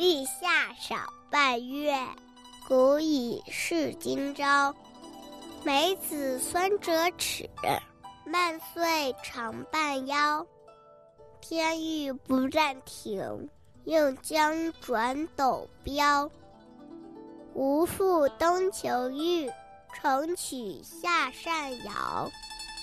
立夏少半月，谷雨是今朝。梅子酸折齿，麦穗长半腰。天欲不暂停，又将转斗标。无复东求玉，重取下善遥。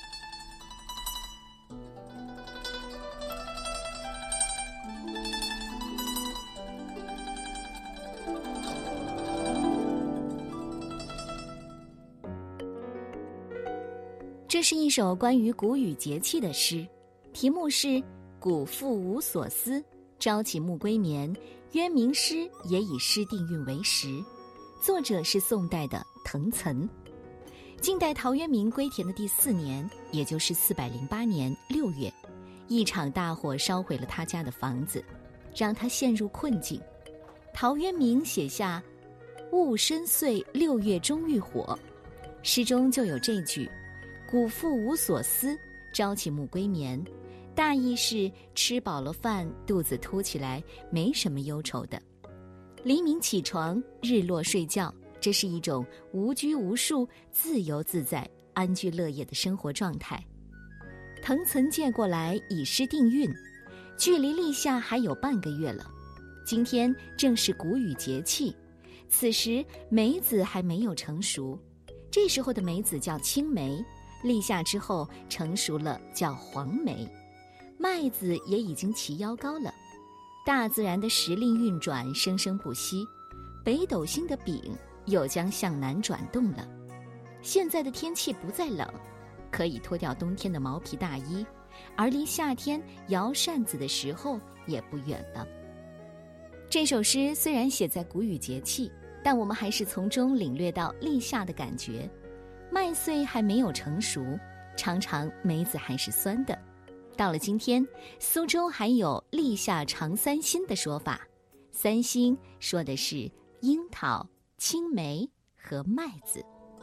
这是一首关于谷雨节气的诗，题目是谷复无所思，朝起暮归眠，渊明诗也以诗定韵为实。作者是宋代的滕岑。晋代陶渊明归田的第4年，也就是408年6月，一场大火烧毁了他家的房子，让他陷入困境。陶渊明写下戊申岁6月中遇火，诗中就有这句谷复无所思，朝起暮归眠，大意是吃饱了饭，肚子凸起来，没什么忧愁的。黎明起床，日落睡觉，这是一种无拘无束、自由自在、安居乐业的生活状态。滕岑借过来以诗定韵，距离立夏还有半个月了。今天正是谷雨节气，此时梅子还没有成熟，这时候的梅子叫青梅，立夏之后成熟了叫黄梅，麦子也已经齐腰高了。大自然的时令运转生生不息，北斗星的饼又将向南转动了。现在的天气不再冷，可以脱掉冬天的毛皮大衣，而离夏天摇扇子的时候也不远了。这首诗虽然写在谷雨节气，但我们还是从中领略到立夏的感觉。麦穗还没有成熟，常常梅子还是酸的。到了今天，苏州还有立夏尝三新的说法，三新说的是樱桃、青梅和麦子。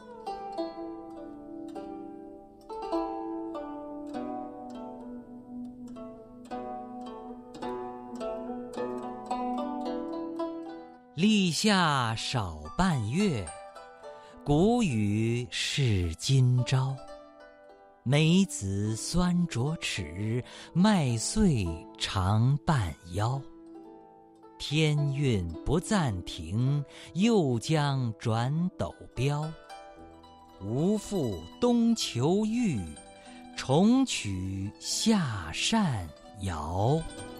立夏少半月，谷雨是今朝。梅子酸着齿，麦穗长半腰。天运不暂停，又将转斗标。无复东求玉，重取下善遥。